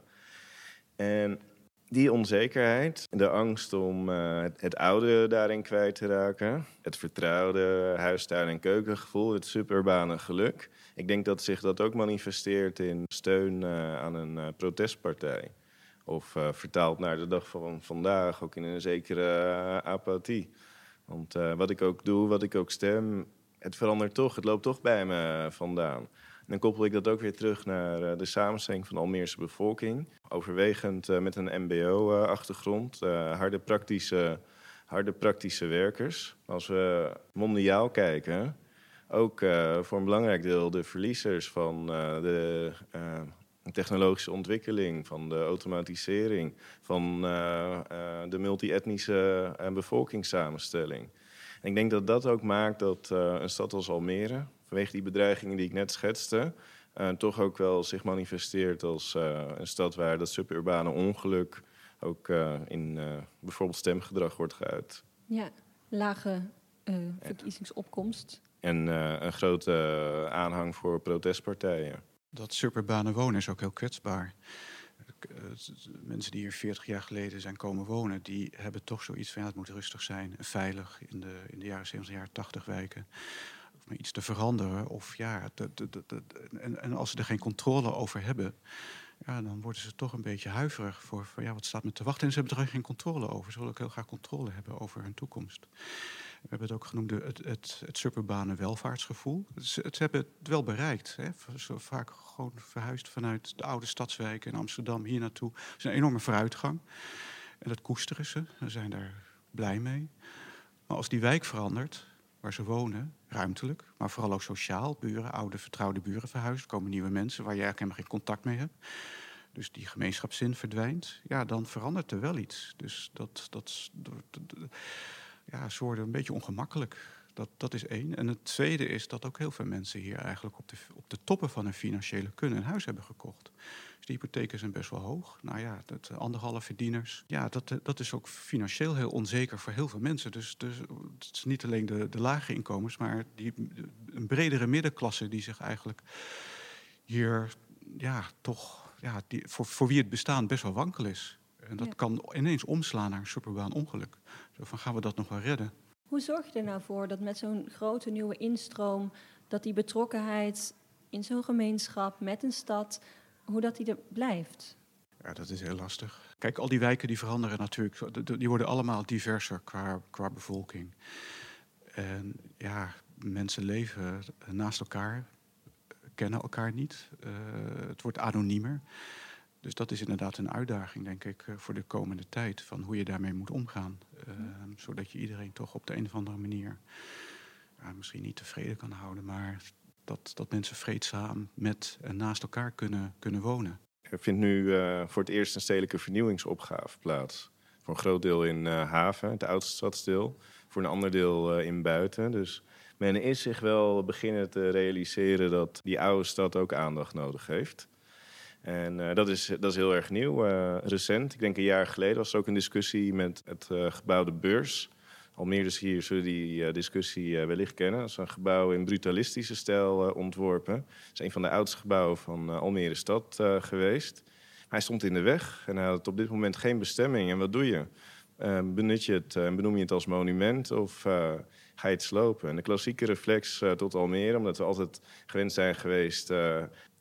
En die onzekerheid, de angst om uh, het, het oude daarin kwijt te raken, het vertrouwde huistuin- en keukengevoel, het suburbane geluk. Ik denk dat zich dat ook manifesteert in steun uh, aan een uh, protestpartij. Of uh, vertaald naar de dag van vandaag ook in een zekere uh, apathie. Want uh, wat ik ook doe, wat ik ook stem, het verandert toch, het loopt toch bij me vandaan. En dan koppel ik dat ook weer terug naar uh, de samenstelling van de Almeerse bevolking. Overwegend uh, met een M B O-achtergrond, uh, harde, praktische, harde praktische werkers. Als we mondiaal kijken, ook uh, voor een belangrijk deel de verliezers van uh, de uh, technologische ontwikkeling, van de automatisering, van uh, uh, de multi-etnische uh, bevolkingssamenstelling. En ik denk dat dat ook maakt dat uh, een stad als Almere, vanwege die bedreigingen die ik net schetste, uh, toch ook wel zich manifesteert als uh, een stad waar dat suburbane ongeluk ook uh, in uh, bijvoorbeeld stemgedrag wordt geuit. Ja, lage uh, verkiezingsopkomst. En uh, een grote uh, aanhang voor protestpartijen. Dat suburbane wonen is ook heel kwetsbaar. Mensen die hier veertig jaar geleden zijn komen wonen, die hebben toch zoiets van, ja, het moet rustig zijn en veilig in de, in de jaren zeventig, jaren tachtig wijken. Of maar iets te veranderen. Of ja, de, de, de, de, en, en als ze er geen controle over hebben, ja, dan worden ze toch een beetje huiverig voor, voor ja, wat staat me te wachten. En ze hebben er geen controle over. Ze willen ook heel graag controle hebben over hun toekomst. We hebben het ook genoemd het, het, het suburbane welvaartsgevoel. Ze, het, ze hebben het wel bereikt. Hè. Zo vaak gewoon verhuisd vanuit de oude stadswijken in Amsterdam hier naartoe. Het is een enorme vooruitgang. En dat koesteren ze. Ze zijn daar blij mee. Maar als die wijk verandert, waar ze wonen, ruimtelijk, maar vooral ook sociaal, buren, oude vertrouwde buren verhuizen, komen nieuwe mensen waar je eigenlijk helemaal geen contact mee hebt. Dus die gemeenschapszin verdwijnt. Ja, dan verandert er wel iets. Dus dat, dat, dat, dat ja, ze worden een beetje ongemakkelijk. Dat, dat is één. En het tweede is dat ook heel veel mensen hier eigenlijk op de, op de toppen van hun financiële kunnen een huis hebben gekocht. Dus de hypotheken zijn best wel hoog. Nou ja, dat anderhalve verdieners. Ja, dat, dat is ook financieel heel onzeker voor heel veel mensen. Dus, dus het is niet alleen de, de lage inkomens, maar die, een bredere middenklasse die zich eigenlijk hier, ja, toch, ja, die, voor, voor wie het bestaan best wel wankel is. En dat ja. kan ineens omslaan naar een suburbaan ongeluk. Zo van, gaan we dat nog wel redden? Hoe zorg je er nou voor dat met zo'n grote nieuwe instroom, dat die betrokkenheid in zo'n gemeenschap met een stad, hoe dat die er blijft? Ja, dat is heel lastig. Kijk, al die wijken die veranderen natuurlijk. Die worden allemaal diverser qua, qua bevolking. En ja, mensen leven naast elkaar, kennen elkaar niet. Uh, het wordt anoniemer. Dus dat is inderdaad een uitdaging, denk ik, voor de komende tijd. Van hoe je daarmee moet omgaan. Uh, zodat je iedereen toch op de een of andere manier uh, misschien niet tevreden kan houden. Maar dat, dat mensen vreedzaam met en naast elkaar kunnen, kunnen wonen. Er vindt nu uh, voor het eerst een stedelijke vernieuwingsopgave plaats. Voor een groot deel in uh, Haven, het oudste stadsdeel. Voor een ander deel uh, in Buiten. Dus men is zich wel beginnen te realiseren dat die oude stad ook aandacht nodig heeft. En uh, dat, is, dat is heel erg nieuw, uh, recent. Ik denk een jaar geleden was er ook een discussie met het uh, gebouw De Beurs. Almeerders hier zullen die uh, discussie uh, wellicht kennen. Dat is een gebouw in brutalistische stijl uh, ontworpen. Het is een van de oudste gebouwen van uh, Almere stad uh, geweest. Hij stond in de weg en hij had op dit moment geen bestemming. En wat doe je? Uh, benut je het en uh, benoem je het als monument of uh, ga je het slopen? En de klassieke reflex uh, tot Almere, omdat we altijd gewend zijn geweest Uh,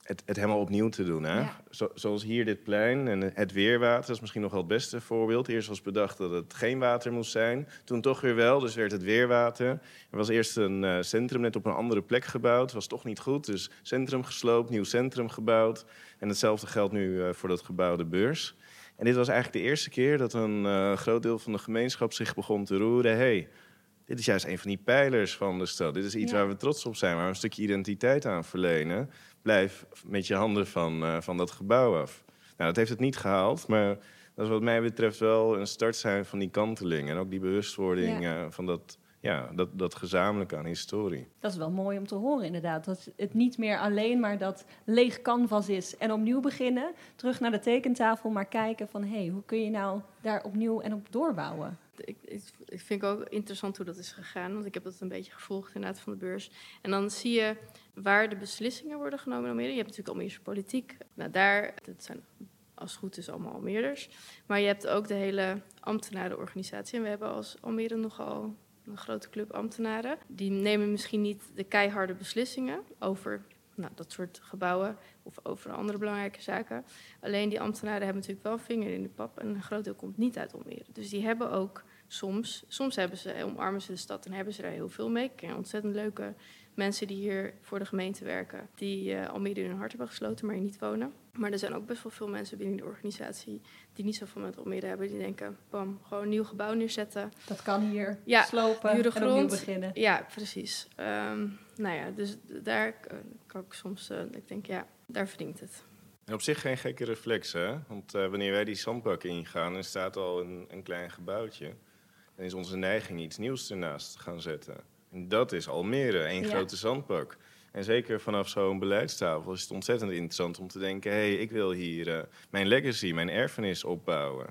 het, het helemaal opnieuw te doen. Hè? Ja. Zo, zoals hier dit plein en het weerwater, dat is misschien nog wel het beste voorbeeld. Eerst was bedacht dat het geen water moest zijn. Toen toch weer wel, dus werd het weerwater. Er was eerst een uh, centrum net op een andere plek gebouwd. Was toch niet goed, dus centrum gesloopt, nieuw centrum gebouwd. En hetzelfde geldt nu uh, voor dat gebouw de Beurs. En dit was eigenlijk de eerste keer dat een uh, groot deel van de gemeenschap zich begon te roeren. Hey, dit is juist een van die pijlers van de stad. Dit is iets ja. waar we trots op zijn, waar we een stukje identiteit aan verlenen. Blijf met je handen van, uh, van dat gebouw af. Nou, dat heeft het niet gehaald, maar dat is wat mij betreft wel een start zijn van die kanteling. En ook die bewustwording ja. uh, van dat, ja, dat, dat gezamenlijke aan historie. Dat is wel mooi om te horen inderdaad. Dat het niet meer alleen maar dat leeg canvas is en opnieuw beginnen. Terug naar de tekentafel, maar kijken van hé, hey, hoe kun je nou daar opnieuw en op doorbouwen? Ik, ik, ik vind ook interessant hoe dat is gegaan, want ik heb dat een beetje gevolgd inderdaad van de Beurs. En dan zie je waar de beslissingen worden genomen in Almere. Je hebt natuurlijk Almeerse politiek. Nou, daar, dat zijn als het goed is allemaal Almeerders. Maar je hebt ook de hele ambtenarenorganisatie. En we hebben als Almere nogal een grote club ambtenaren. Die nemen misschien niet de keiharde beslissingen over nou, dat soort gebouwen of over andere belangrijke zaken. Alleen die ambtenaren hebben natuurlijk wel een vinger in de pap en een groot deel komt niet uit Almere. Dus die hebben ook soms, soms hebben ze, omarmen ze de stad en hebben ze daar heel veel mee. Ik ken ontzettend leuke mensen die hier voor de gemeente werken, die uh, Almere in hun hart hebben gesloten, maar hier niet wonen. Maar er zijn ook best wel veel mensen binnen de organisatie die niet zoveel met Almere hebben. Die denken, bam, gewoon een nieuw gebouw neerzetten. Dat kan hier, ja, slopen en grond, opnieuw beginnen. Ja, precies. Um, nou ja, dus daar kan ik soms, uh, ik denk, ja, daar verdient het. En op zich geen gekke reflex, hè? Want uh, wanneer wij die zandbak ingaan en staat al een, een klein gebouwtje, dan is onze neiging iets nieuws ernaast te gaan zetten. En dat is Almere, één ja. grote zandbak. En zeker vanaf zo'n beleidstafel is het ontzettend interessant om te denken, hé, hey, ik wil hier uh, mijn legacy, mijn erfenis opbouwen.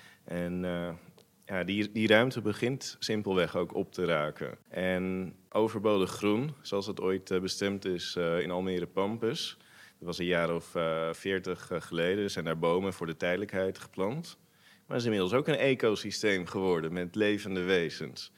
En uh, ja, die, die ruimte begint simpelweg ook op te raken. En overbodig groen, zoals het ooit uh, bestemd is uh, in Almere Pampus. Dat was een jaar of veertig uh, geleden. Er zijn daar bomen voor de tijdelijkheid geplant. Maar het is inmiddels ook een ecosysteem geworden met levende wezens.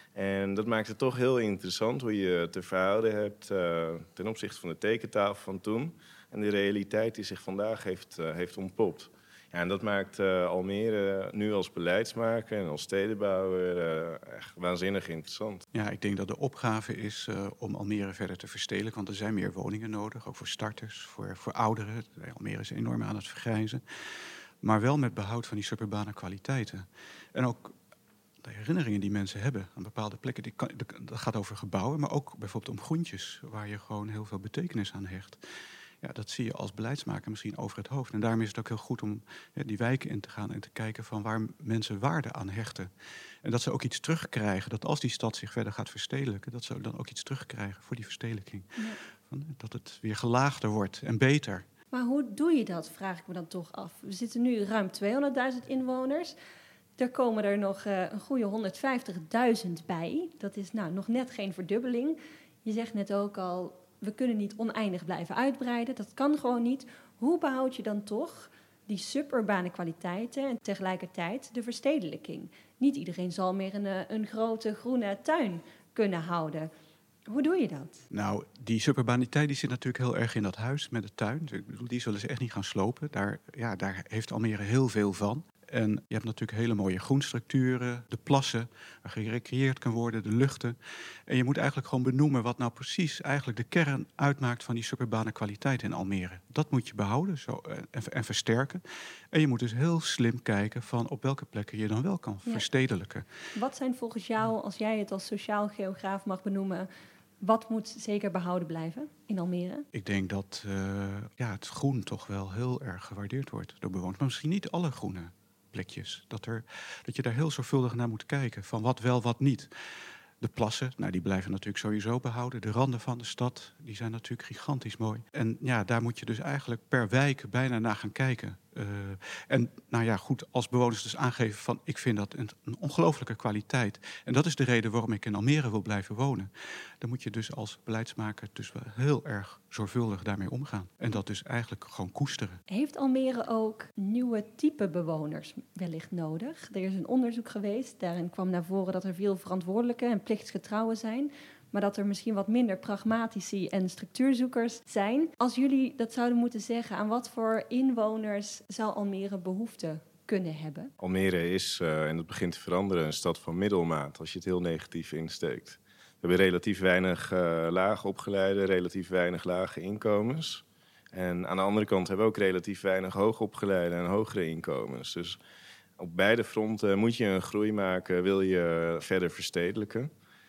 En dat maakt het toch heel interessant hoe je het te verhouden hebt uh, ten opzichte van de tekentafel van toen. En de realiteit die zich vandaag heeft, uh, heeft ontpopt. Ja, en dat maakt uh, Almere nu als beleidsmaker en als stedenbouwer uh, echt waanzinnig interessant. Ja, ik denk dat de opgave is uh, om Almere verder te verstedelijken. Want er zijn meer woningen nodig, ook voor starters, voor, voor ouderen. Almere is enorm aan het vergrijzen. Maar wel met behoud van die suburbane kwaliteiten. En ook de herinneringen die mensen hebben aan bepaalde plekken. Die kan, dat gaat over gebouwen, maar ook bijvoorbeeld om groentjes, waar je gewoon heel veel betekenis aan hecht. Ja, dat zie je als beleidsmaker misschien over het hoofd. En daarom is het ook heel goed om ja, die wijken in te gaan en te kijken van waar mensen waarde aan hechten. En dat ze ook iets terugkrijgen, dat als die stad zich verder gaat verstedelijken, dat ze dan ook iets terugkrijgen voor die verstedelijking. Ja. Van, dat het weer gelaagder wordt en beter. Maar hoe doe je dat, vraag ik me dan toch af. We zitten nu ruim tweehonderdduizend inwoners. Er komen er nog uh, een goede honderdvijftigduizend bij. Dat is nou nog net geen verdubbeling. Je zegt net ook al, we kunnen niet oneindig blijven uitbreiden. Dat kan gewoon niet. Hoe behoud je dan toch die suburbane kwaliteiten en tegelijkertijd de verstedelijking? Niet iedereen zal meer een, een grote groene tuin kunnen houden. Hoe doe je dat? Nou, die suburbaniteit die zit natuurlijk heel erg in dat huis met de tuin. Ik bedoel, die zullen ze echt niet gaan slopen. Daar, ja, daar heeft Almere heel veel van. En je hebt natuurlijk hele mooie groenstructuren, de plassen, waar gerecreëerd kan worden, de luchten. En je moet eigenlijk gewoon benoemen wat nou precies eigenlijk de kern uitmaakt van die suburbane kwaliteit in Almere. Dat moet je behouden zo, en, en versterken. En je moet dus heel slim kijken van op welke plekken je dan wel kan ja. verstedelijken. Wat zijn volgens jou, als jij het als sociaal geograaf mag benoemen, wat moet zeker behouden blijven in Almere? Ik denk dat uh, ja, het groen toch wel heel erg gewaardeerd wordt door bewoners. Maar misschien niet alle groene plekjes. Dat, er, dat je daar heel zorgvuldig naar moet kijken. Van wat wel, wat niet. De plassen, nou, die blijven natuurlijk sowieso behouden. De randen van de stad, die zijn natuurlijk gigantisch mooi. En ja, daar moet je dus eigenlijk per wijk bijna naar gaan kijken. Uh, en nou ja, goed, als bewoners dus aangeven van ik vind dat een, een ongelooflijke kwaliteit. En dat is de reden waarom ik in Almere wil blijven wonen. Dan moet je dus als beleidsmaker dus wel heel erg zorgvuldig daarmee omgaan. En dat dus eigenlijk gewoon koesteren. Heeft Almere ook nieuwe type bewoners wellicht nodig? Er is een onderzoek geweest, daarin kwam naar voren dat er veel verantwoordelijke en plichtsgetrouwen zijn. maar dat er misschien wat minder pragmatici en structuurzoekers zijn. Als jullie dat zouden moeten zeggen, aan wat voor inwoners zou Almere behoefte kunnen hebben? Almere is, uh, en dat begint te veranderen, een stad van middelmaat, als je het heel negatief insteekt. We hebben relatief weinig uh, laag opgeleide, relatief weinig lage inkomens. En aan de andere kant hebben we ook relatief weinig hoogopgeleide en hogere inkomens. Dus op beide fronten moet je een groei maken, wil je verder verstedelijken.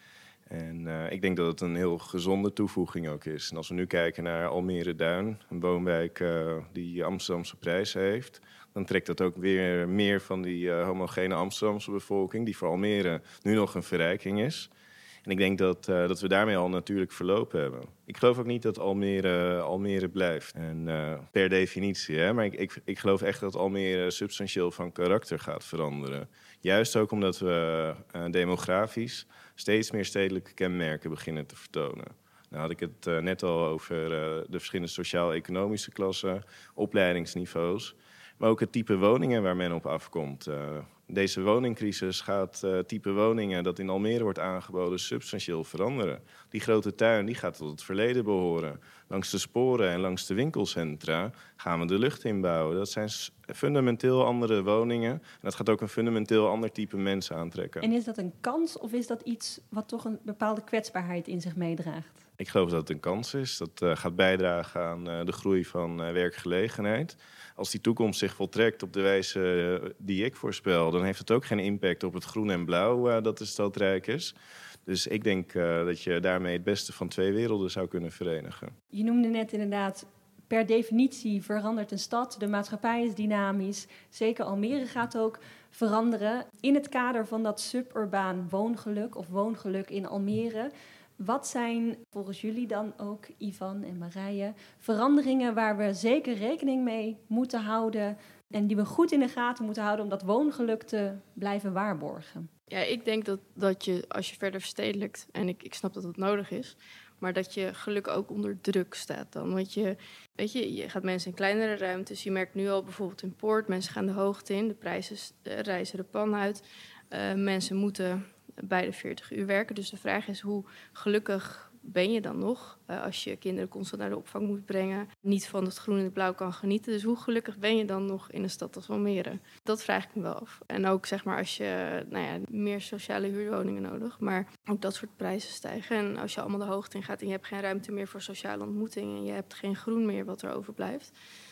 En uh, ik denk dat het een heel gezonde toevoeging ook is. En als we nu kijken naar Almere Duin, een woonwijk uh, die Amsterdamse prijzen heeft, dan trekt dat ook weer meer van die uh, homogene Amsterdamse bevolking, die voor Almere nu nog een verrijking is. En ik denk dat, uh, dat we daarmee al natuurlijk verloop hebben. Ik geloof ook niet dat Almere Almere blijft. En uh, per definitie, hè, maar ik, ik, ik geloof echt dat Almere substantieel van karakter gaat veranderen. Juist ook omdat we uh, demografisch steeds meer stedelijke kenmerken beginnen te vertonen. Nou had ik het uh, net al over uh, de verschillende sociaal-economische klassen, opleidingsniveaus, maar ook het type woningen waar men op afkomt. Uh, Deze woningcrisis gaat uh, type woningen dat in Almere wordt aangeboden substantieel veranderen. Die grote tuin die gaat tot het verleden behoren. Langs de sporen en langs de winkelcentra gaan we de lucht inbouwen. Dat zijn fundamenteel andere woningen. En dat gaat ook een fundamenteel ander type mensen aantrekken. En is dat een kans of is dat iets wat toch een bepaalde kwetsbaarheid in zich meedraagt? Ik geloof dat het een kans is. Dat uh, gaat bijdragen aan uh, de groei van uh, werkgelegenheid. Als die toekomst zich voltrekt op de wijze uh, die ik voorspel, dan heeft het ook geen impact op het groen en blauw uh, dat de stad rijk is. Dus ik denk uh, dat je daarmee het beste van twee werelden zou kunnen verenigen. Je noemde net inderdaad, per definitie verandert een stad. De maatschappij is dynamisch. Zeker Almere gaat ook veranderen. In het kader van dat suburbaan woongeluk of woongeluk in Almere, wat zijn volgens jullie dan ook, Ivan en Marije, veranderingen waar we zeker rekening mee moeten houden en die we goed in de gaten moeten houden om dat woongeluk te blijven waarborgen? Ja, ik denk dat, dat je, als je verder verstedelijkt, en ik, ik snap dat het nodig is, maar dat je geluk ook onder druk staat dan. Want je, weet je, je gaat mensen in kleinere ruimtes. Je merkt nu al bijvoorbeeld in Poort, mensen gaan de hoogte in, de prijzen de reizen de pan uit. Uh, mensen moeten bij de veertig uur werken. Dus de vraag is, hoe gelukkig ben je dan nog uh, als je kinderen constant naar de opvang moet brengen, niet van het groen en het blauw kan genieten. Dus hoe gelukkig ben je dan nog in een stad als Almere? Dat vraag ik me wel af. En ook zeg maar als je, nou ja, meer sociale huurwoningen nodig, maar ook dat soort prijzen stijgen. En als je allemaal de hoogte in gaat en je hebt geen ruimte meer voor sociale ontmoetingen en je hebt geen groen meer wat er overblijft,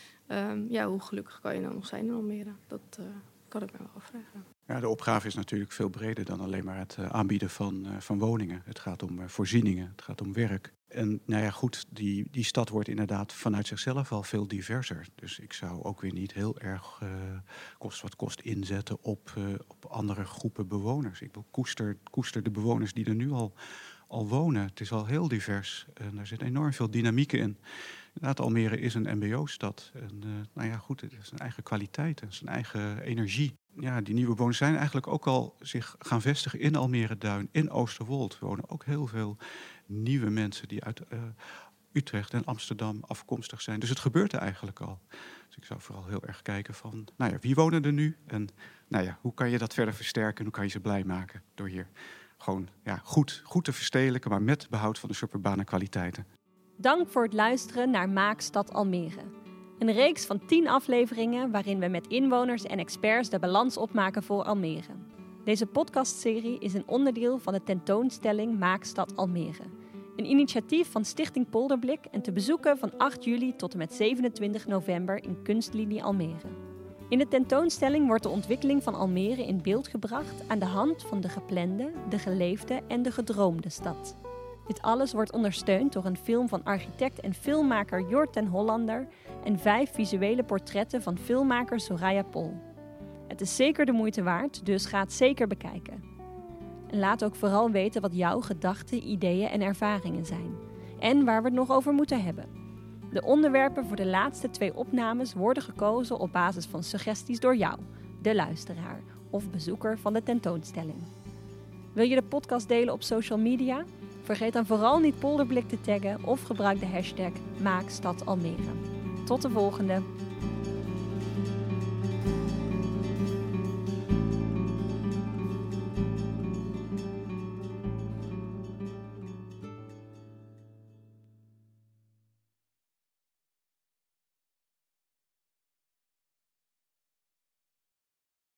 um, ja, hoe gelukkig kan je dan nog zijn in Almere? Dat uh, kan ik me wel afvragen. Ja, de opgave is natuurlijk veel breder dan alleen maar het uh, aanbieden van, uh, van woningen. Het gaat om uh, voorzieningen, het gaat om werk. En nou ja, goed, die, die stad wordt inderdaad vanuit zichzelf al veel diverser. Dus ik zou ook weer niet heel erg uh, kost wat kost inzetten op, uh, op andere groepen bewoners. Ik wil koester, koester de bewoners die er nu al, al wonen. Het is al heel divers en er zit enorm veel dynamiek in. Inderdaad, Almere is een M B O-stad. En uh, nou ja, goed, het is zijn eigen kwaliteit en zijn eigen energie. Ja, die nieuwe bewoners zijn eigenlijk ook al zich gaan vestigen in Almere Duin, in Oosterwold. Er wonen ook heel veel nieuwe mensen die uit uh, Utrecht en Amsterdam afkomstig zijn. Dus het gebeurt er eigenlijk al. Dus ik zou vooral heel erg kijken van, nou ja, wie wonen er nu? En nou ja, hoe kan je dat verder versterken en hoe kan je ze blij maken? Door hier gewoon ja, goed, goed te verstedelijken, maar met behoud van de suburbane kwaliteiten. Dank voor het luisteren naar Maak Stad Almere. Een reeks van tien afleveringen waarin we met inwoners en experts de balans opmaken voor Almere. Deze podcastserie is een onderdeel van de tentoonstelling Maak Stad Almere. Een initiatief van Stichting Polderblik en te bezoeken van acht juli tot en met zevenentwintig november in Kunstlinie Almere. In de tentoonstelling wordt de ontwikkeling van Almere in beeld gebracht aan de hand van de geplande, de geleefde en de gedroomde stad. Dit alles wordt ondersteund door een film van architect en filmmaker Jort ten Hollander en vijf visuele portretten van filmmaker Soraya Pol. Het is zeker de moeite waard, dus ga het zeker bekijken. En laat ook vooral weten wat jouw gedachten, ideeën en ervaringen zijn. En waar we het nog over moeten hebben. De onderwerpen voor de laatste twee opnames worden gekozen op basis van suggesties door jou, de luisteraar of bezoeker van de tentoonstelling. Wil je de podcast delen op social media? Vergeet dan vooral niet Polderblik te taggen of gebruik de hashtag Maak Stad Almere. Tot de volgende!